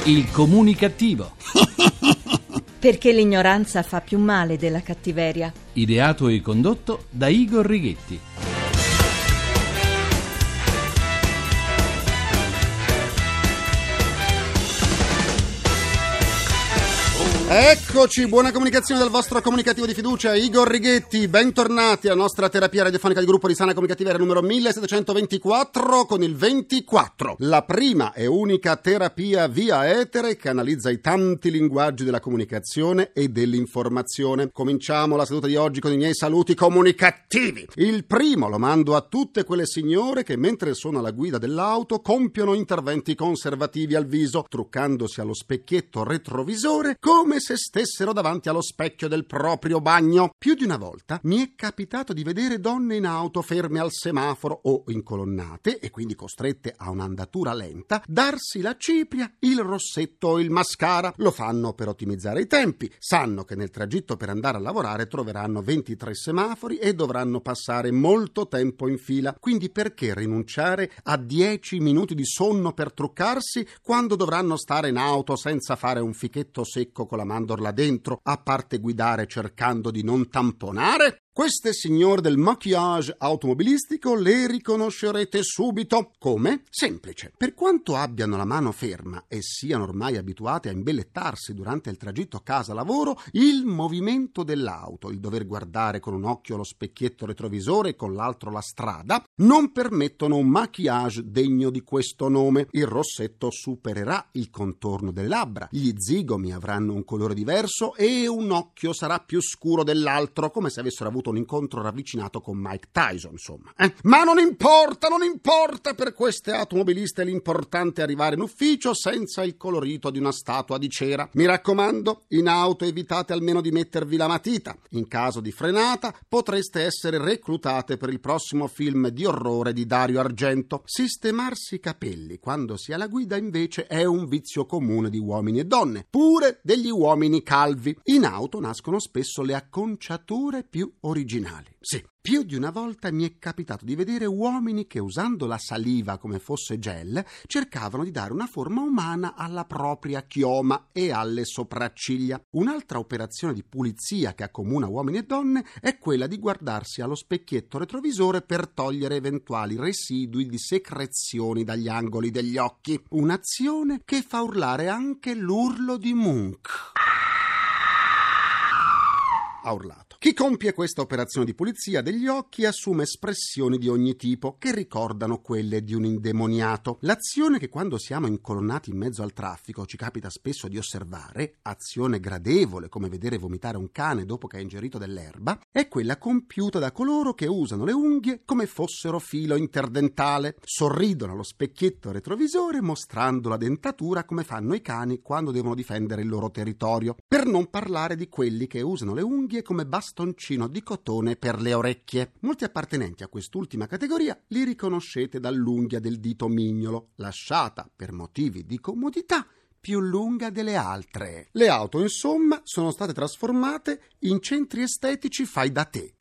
Il comunicativo. Perché l'ignoranza fa più male della cattiveria. Ideato e condotto da Igor Righetti. Eccoci, buona comunicazione dal vostro comunicativo di fiducia, Igor Righetti. Bentornati alla nostra terapia radiofonica di gruppo di Sana Comunicativa numero 1724 con il 24. La prima e unica terapia via etere che analizza i tanti linguaggi della comunicazione e dell'informazione. Cominciamo la seduta di oggi con i miei saluti comunicativi. Il primo lo mando a tutte quelle signore che mentre sono alla guida dell'auto compiono interventi conservativi al viso, truccandosi allo specchietto retrovisore come se stessero davanti allo specchio del proprio bagno. Più di una volta mi è capitato di vedere donne in auto ferme al semaforo o incolonnate e quindi costrette a un'andatura lenta darsi la cipria, il rossetto o il mascara. Lo fanno per ottimizzare i tempi, sanno che nel tragitto per andare a lavorare troveranno 23 semafori e dovranno passare molto tempo in fila, quindi perché rinunciare a 10 minuti di sonno per truccarsi quando dovranno stare in auto senza fare un fichetto secco con la mandorla dentro, a parte guidare cercando di non tamponare? Queste signore del maquillage automobilistico le riconoscerete subito. Come? Semplice. Per quanto abbiano la mano ferma e siano ormai abituate a imbellettarsi durante il tragitto casa-lavoro, il movimento dell'auto, il dover guardare con un occhio lo specchietto retrovisore e con l'altro la strada, non permettono un maquillage degno di questo nome. Il rossetto supererà il contorno delle labbra, gli zigomi avranno un colore diverso e un occhio sarà più scuro dell'altro, come se avessero avuto un incontro ravvicinato con Mike Tyson, insomma. Ma non importa, per queste automobiliste l'importante è arrivare in ufficio senza il colorito di una statua di cera. Mi raccomando, in auto evitate almeno di mettervi la matita. In caso di frenata potreste essere reclutate per il prossimo film di orrore di Dario Argento. Sistemarsi i capelli quando si è alla guida invece è un vizio comune di uomini e donne, pure degli uomini calvi. In auto nascono spesso le acconciature più originali. Sì, più di una volta mi è capitato di vedere uomini che, usando la saliva come fosse gel, cercavano di dare una forma umana alla propria chioma e alle sopracciglia. Un'altra operazione di pulizia che accomuna uomini e donne è quella di guardarsi allo specchietto retrovisore per togliere eventuali residui di secrezioni dagli angoli degli occhi. Un'azione che fa urlare anche l'urlo di Munch. Ha urlato. Chi compie questa operazione di pulizia degli occhi assume espressioni di ogni tipo che ricordano quelle di un indemoniato. L'azione che quando siamo incolonnati in mezzo al traffico ci capita spesso di osservare, azione gradevole come vedere vomitare un cane dopo che ha ingerito dell'erba, è quella compiuta da coloro che usano le unghie come fossero filo interdentale. Sorridono allo specchietto retrovisore mostrando la dentatura come fanno i cani quando devono difendere il loro territorio. Per non parlare di quelli che usano le unghie come bastoncino di cotone per le orecchie. Molti appartenenti a quest'ultima categoria li riconoscete dall'unghia del dito mignolo, lasciata per motivi di comodità più lunga delle altre. Le auto, insomma, sono state trasformate in centri estetici fai da te.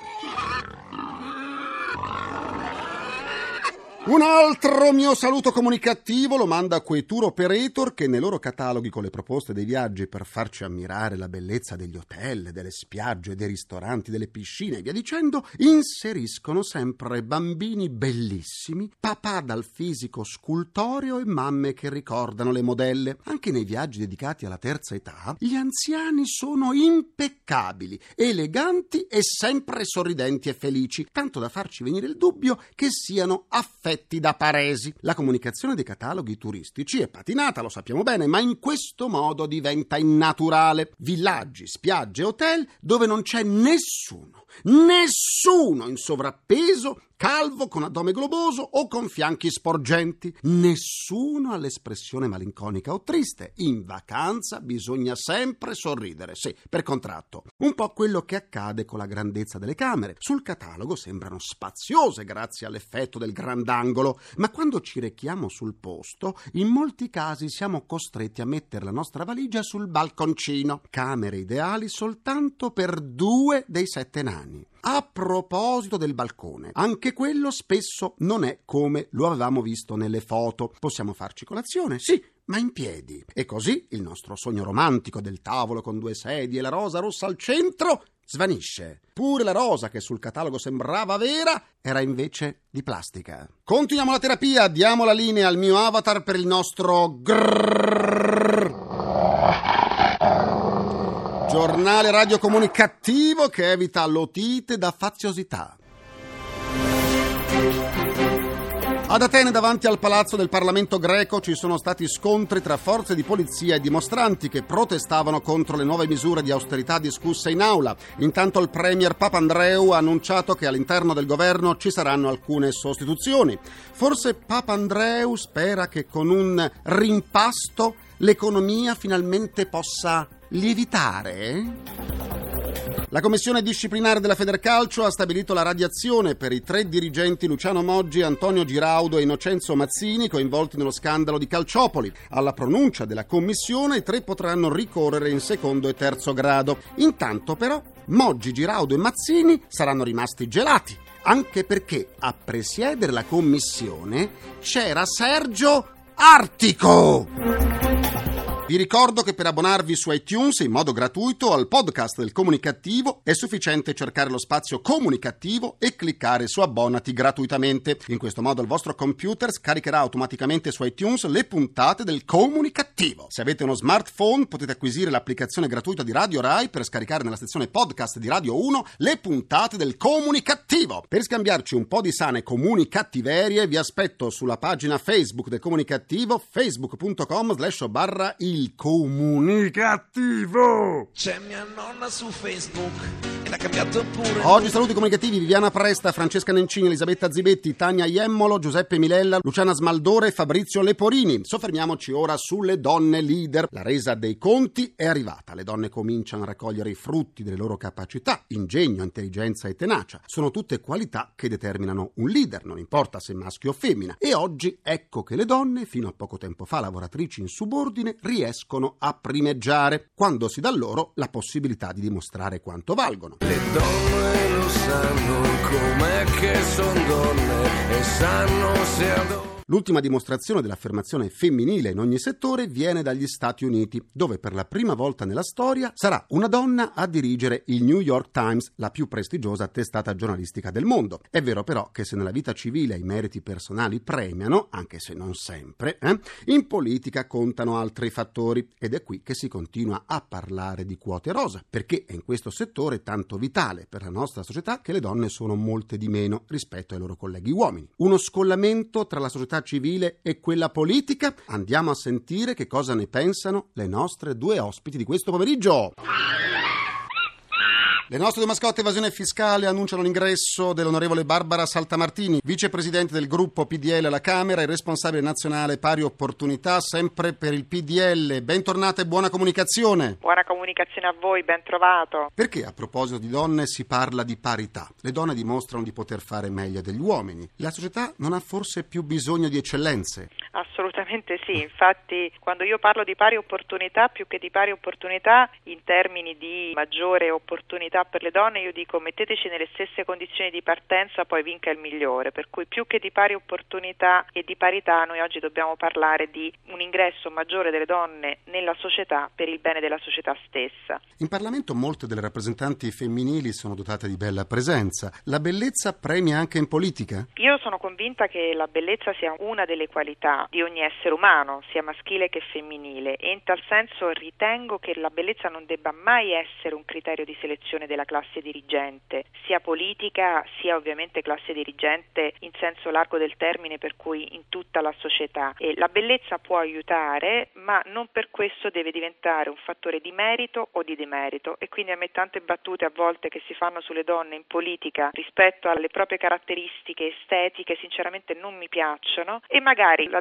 Un altro mio saluto comunicativo lo manda a quei tour operator che nei loro cataloghi con le proposte dei viaggi per farci ammirare la bellezza degli hotel, delle spiagge, dei ristoranti, delle piscine e via dicendo, inseriscono sempre bambini bellissimi, papà dal fisico scultoreo e mamme che ricordano le modelle. Anche nei viaggi dedicati alla terza età, gli anziani sono impeccabili, eleganti e sempre sorridenti e felici, tanto da farci venire il dubbio che siano affetti da paresi. La comunicazione dei cataloghi turistici è patinata, lo sappiamo bene, ma in questo modo diventa innaturale. Villaggi, spiagge, hotel dove non c'è nessuno in sovrappeso, calvo, con addome globoso o con fianchi sporgenti. Nessuno ha l'espressione malinconica o triste. In vacanza bisogna sempre sorridere, sì, per contratto. Un po' quello che accade con la grandezza delle camere. Sul catalogo sembrano spaziose grazie all'effetto del grandangolo, ma quando ci rechiamo sul posto, in molti casi siamo costretti a mettere la nostra valigia sul balconcino. Camere ideali soltanto per 2 dei 7 nani. A proposito del balcone, anche quello spesso non è come lo avevamo visto nelle foto. Possiamo farci colazione? Sì, ma in piedi. E così il nostro sogno romantico del tavolo con 2 sedie e la rosa rossa al centro svanisce. Pure la rosa, che sul catalogo sembrava vera, era invece di plastica. Continuiamo la terapia, diamo la linea al mio avatar per il nostro giornale radio comunicativo che evita l'otite da faziosità. Ad Atene, davanti al palazzo del Parlamento greco, ci sono stati scontri tra forze di polizia e dimostranti che protestavano contro le nuove misure di austerità discusse in aula. Intanto il premier Papandreou ha annunciato che all'interno del governo ci saranno alcune sostituzioni. Forse Papandreou spera che con un rimpasto l'economia finalmente possa lievitare? La commissione disciplinare della Federcalcio ha stabilito la radiazione per i 3 dirigenti Luciano Moggi, Antonio Giraudo e Innocenzo Mazzini coinvolti nello scandalo di Calciopoli. Alla pronuncia della commissione i 3 potranno ricorrere in secondo e terzo grado. Intanto però Moggi, Giraudo e Mazzini saranno rimasti gelati, anche perché a presiedere la commissione c'era Sergio Artico. Vi ricordo che per abbonarvi su iTunes in modo gratuito al podcast del Comunicativo è sufficiente cercare lo spazio Comunicativo e cliccare su Abbonati gratuitamente. In questo modo il vostro computer scaricherà automaticamente su iTunes le puntate del Comunicativo. Se avete uno smartphone potete acquisire l'applicazione gratuita di Radio Rai per scaricare nella sezione podcast di Radio 1 le puntate del Comunicativo. Per scambiarci un po' di sane comunicattiverie vi aspetto sulla pagina Facebook del Comunicativo, facebook.com/il Comunicativo. C'è mia nonna su Facebook e l'ha cambiato pure. Oggi saluti comunicativi: Viviana Presta, Francesca Nencini, Elisabetta Zibetti, Tania Iemmolo, Giuseppe Milella, Luciana Smaldore e Fabrizio Leporini. Soffermiamoci ora sulle donne leader. La resa dei conti è arrivata. Le donne cominciano a raccogliere i frutti delle loro capacità, ingegno, intelligenza e tenacia. Sono tutte qualità che determinano un leader, non importa se maschio o femmina. E oggi ecco che le donne, fino a poco tempo fa lavoratrici in subordine, riescono a primeggiare quando si dà loro la possibilità di dimostrare quanto valgono. Le donne lo sanno com'è che son donne e sanno se adoro. L'ultima dimostrazione dell'affermazione femminile in ogni settore viene dagli Stati Uniti, dove per la prima volta nella storia sarà una donna a dirigere il New York Times, la più prestigiosa testata giornalistica del mondo. È vero però che se nella vita civile i meriti personali premiano, anche se non sempre, in politica contano altri fattori, ed è qui che si continua a parlare di quote rosa, perché è in questo settore tanto vitale per la nostra società che le donne sono molte di meno rispetto ai loro colleghi uomini. Uno scollamento tra la società civile e quella politica? Andiamo a sentire che cosa ne pensano le nostre 2 ospiti di questo pomeriggio. Le nostre 2 mascotte evasione fiscale annunciano l'ingresso dell'onorevole Barbara Saltamartini, vicepresidente del gruppo PDL alla Camera e responsabile nazionale pari opportunità sempre per il PDL. Bentornata e buona comunicazione. Buona comunicazione a voi, ben trovato. Perché a proposito di donne si parla di parità? Le donne dimostrano di poter fare meglio degli uomini. La società non ha forse più bisogno di eccellenze? Assolutamente sì, infatti quando io parlo di pari opportunità, più che di pari opportunità in termini di maggiore opportunità per le donne, io dico metteteci nelle stesse condizioni di partenza, poi vinca il migliore, per cui più che di pari opportunità e di parità noi oggi dobbiamo parlare di un ingresso maggiore delle donne nella società per il bene della società stessa. In Parlamento molte delle rappresentanti femminili sono dotate di bella presenza. La bellezza premia anche in politica? Io sono convinta che la bellezza sia una delle qualità di ogni essere umano, sia maschile che femminile, e in tal senso ritengo che la bellezza non debba mai essere un criterio di selezione della classe dirigente, sia politica sia ovviamente classe dirigente in senso largo del termine, per cui in tutta la società. E la bellezza può aiutare, ma non per questo deve diventare un fattore di merito o di demerito, e quindi a me tante battute a volte che si fanno sulle donne in politica rispetto alle proprie caratteristiche estetiche sinceramente non mi piacciono, e magari laddove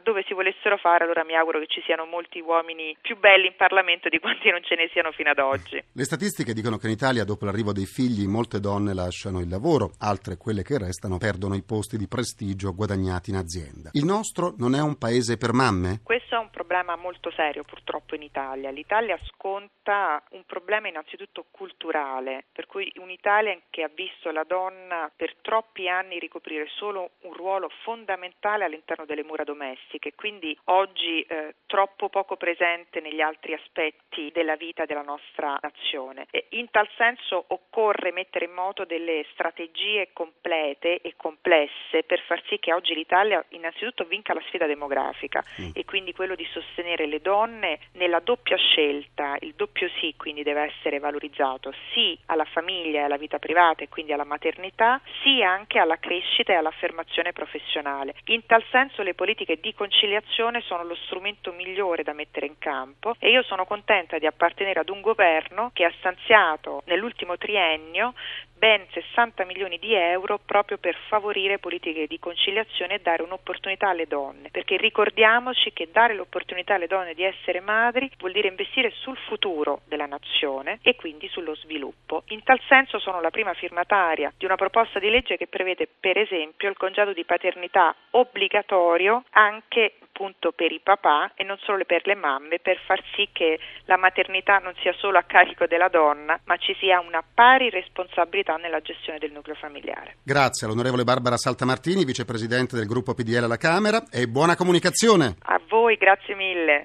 dove si volessero fare, allora mi auguro che ci siano molti uomini più belli in Parlamento di quanti non ce ne siano fino ad oggi. Le statistiche dicono che in Italia, dopo l'arrivo dei figli, molte donne lasciano il lavoro, altre, quelle che restano, perdono i posti di prestigio guadagnati in azienda. Il nostro non è un paese per mamme? Questo è un problema molto serio purtroppo in Italia. L'Italia sconta un problema innanzitutto culturale, per cui un'Italia che ha visto la donna per troppi anni ricoprire solo un ruolo fondamentale all'interno delle mura domestiche, quindi oggi troppo poco presente negli altri aspetti della vita della nostra nazione. E in tal senso occorre mettere in moto delle strategie complete e complesse per far sì che oggi l'Italia innanzitutto vinca la sfida demografica e quindi quello di sostenere le donne nella doppia scelta. Il doppio sì quindi deve essere valorizzato, sì alla famiglia e alla vita privata e quindi alla maternità, sì anche alla crescita e all'affermazione professionale. In tal senso le politiche di conciliazione sono lo strumento migliore da mettere in campo e io sono contenta di appartenere ad un governo che ha stanziato nell'ultimo triennio ben 60 milioni di euro proprio per favorire politiche di conciliazione e dare un'opportunità alle donne, perché ricordiamoci che dare l'opportunità alle donne di essere madri vuol dire investire sul futuro della nazione e quindi sullo sviluppo. In tal senso sono la prima firmataria di una proposta di legge che prevede per esempio il congedo di paternità obbligatorio anche appunto per i papà e non solo per le mamme, per far sì che la maternità non sia solo a carico della donna, ma ci sia una pari responsabilità nella gestione del nucleo familiare. Grazie all'onorevole Barbara Saltamartini, vicepresidente del gruppo PDL alla Camera, e buona comunicazione. A voi, grazie mille.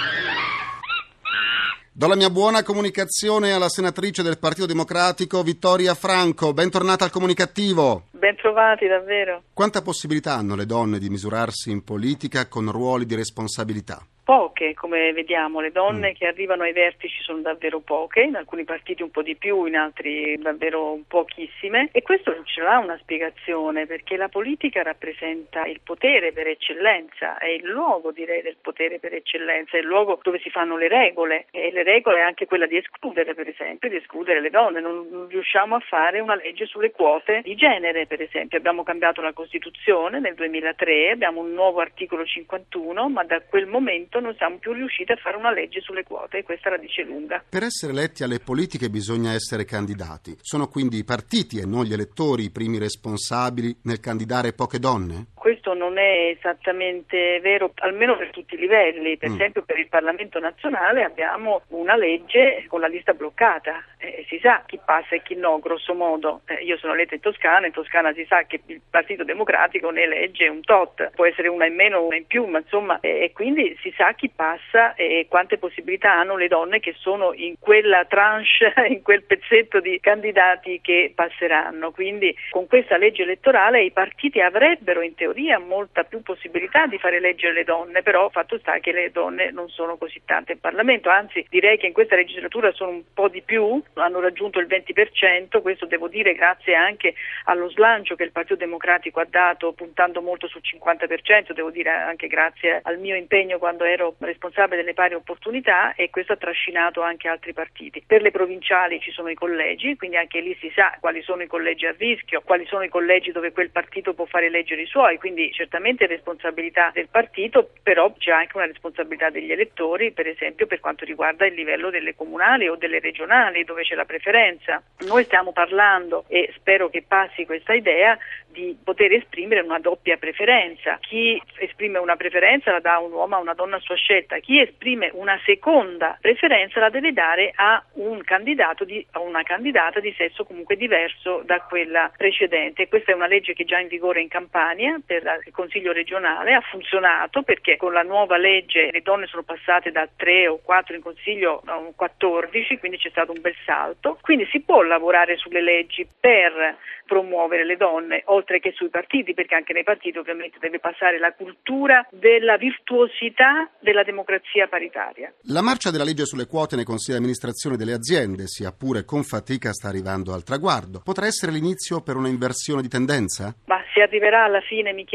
Do la mia buona comunicazione alla senatrice del Partito Democratico Vittoria Franco. Bentornata al Comunicativo. Bentrovati, davvero. Quanta possibilità hanno le donne di misurarsi in politica con ruoli di responsabilità? Poche, come vediamo, le donne che arrivano ai vertici sono davvero poche, in alcuni partiti un po' di più, in altri davvero pochissime, e questo non ce l'ha una spiegazione, perché la politica rappresenta il potere per eccellenza, è il luogo, direi, del potere per eccellenza, è il luogo dove si fanno le regole, e le regole è anche quella di escludere, per esempio, di escludere le donne. Non riusciamo a fare una legge sulle quote di genere, per esempio. Abbiamo cambiato la Costituzione nel 2003, abbiamo un nuovo articolo 51, ma da quel momento non siamo più riusciti a fare una legge sulle quote e questa la dice lunga. Per essere eletti alle politiche bisogna essere candidati. Sono quindi i partiti e non gli elettori i primi responsabili nel candidare poche donne? Questo non è esattamente vero, almeno per tutti i livelli. Per esempio per il Parlamento nazionale abbiamo una legge con la lista bloccata. Si sa chi passa e chi no, grosso modo. Io sono eletta in Toscana si sa che il Partito Democratico ne elegge un tot, può essere una in meno o una in più, ma insomma, e quindi si sa chi passa e quante possibilità hanno le donne che sono in quella tranche, in quel pezzetto di candidati che passeranno. Quindi con questa legge elettorale i partiti avrebbero in teoria molta più possibilità di fare eleggere le donne, però fatto sta che le donne non sono così tante in Parlamento, anzi direi che in questa legislatura sono un po' di più, hanno raggiunto il 20%, questo devo dire grazie anche allo slancio che il Partito Democratico ha dato puntando molto sul 50%, devo dire anche grazie al mio impegno quando ero responsabile delle pari opportunità, e questo ha trascinato anche altri partiti. Per le provinciali ci sono i collegi, quindi anche lì si sa quali sono i collegi a rischio, quali sono i collegi dove quel partito può fare eleggere i suoi, quindi certamente è responsabilità del partito, però c'è anche una responsabilità degli elettori, per esempio per quanto riguarda il livello delle comunali o delle regionali dove c'è la preferenza. Noi stiamo parlando, e spero che passi questa idea, di poter esprimere una doppia preferenza. Chi esprime una preferenza la dà a un uomo, a una donna a sua scelta. Chi esprime una seconda preferenza la deve dare a un candidato a una candidata di sesso comunque diverso da quella precedente. Questa è una legge che è già in vigore in Campania per il Consiglio regionale, ha funzionato perché con la nuova legge le donne sono passate da 3 o 4 in Consiglio a 14, quindi c'è stato un bel salto. Quindi si può lavorare sulle leggi per promuovere le donne, oltre che sui partiti, perché anche nei partiti ovviamente deve passare la cultura della virtuosità della democrazia paritaria. La marcia della legge sulle quote nei consigli di amministrazione delle aziende, sia pure con fatica, sta arrivando al traguardo. Potrà essere l'inizio per una inversione di tendenza? Ma si arriverà alla fine, mi chiedo,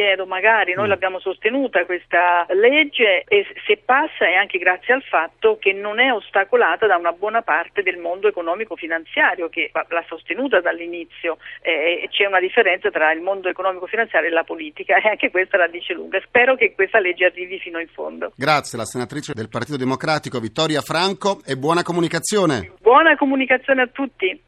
chiedo, magari noi l'abbiamo sostenuta questa legge, e se passa è anche grazie al fatto che non è ostacolata da una buona parte del mondo economico-finanziario che l'ha sostenuta dall'inizio. C'è una differenza tra il mondo economico-finanziario e la politica, e anche questa la dice lunga. Spero che questa legge arrivi fino in fondo. Grazie, la senatrice del Partito Democratico Vittoria Franco, e buona comunicazione. Buona comunicazione a tutti.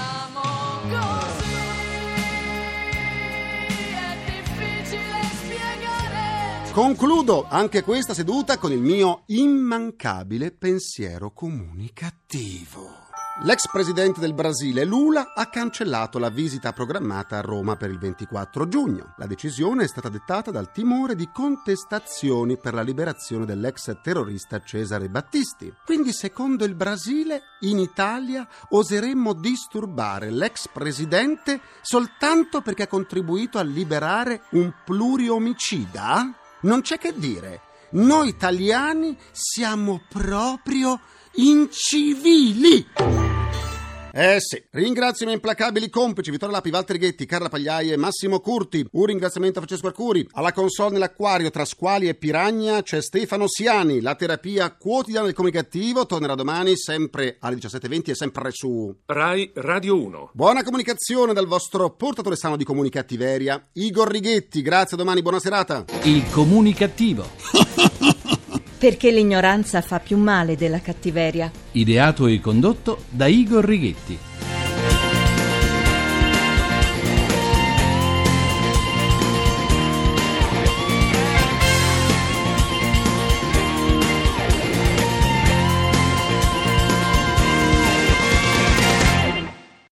Concludo anche questa seduta con il mio immancabile pensiero comunicativo. L'ex presidente del Brasile, Lula, ha cancellato la visita programmata a Roma per il 24 giugno. La decisione è stata dettata dal timore di contestazioni per la liberazione dell'ex terrorista Cesare Battisti. Quindi, secondo il Brasile, in Italia oseremmo disturbare l'ex presidente soltanto perché ha contribuito a liberare un pluriomicida? Non c'è che dire. Noi italiani siamo proprio incivili. Sì, ringrazio i miei implacabili complici Vittorio Lapi, Walter Ghetti, Carla Pagliai e Massimo Curti. Un ringraziamento a Francesco Arcuri. Alla console nell'acquario tra squali e piragna c'è Stefano Siani. La terapia quotidiana del comunicativo tornerà domani sempre alle 17:20 e sempre su Rai Radio 1. Buona comunicazione dal vostro portatore sano di comunicattiveria, Igor Righetti. Grazie, a domani, buona serata. Il comunicativo. Perché l'ignoranza fa più male della cattiveria. Ideato e condotto da Igor Righetti.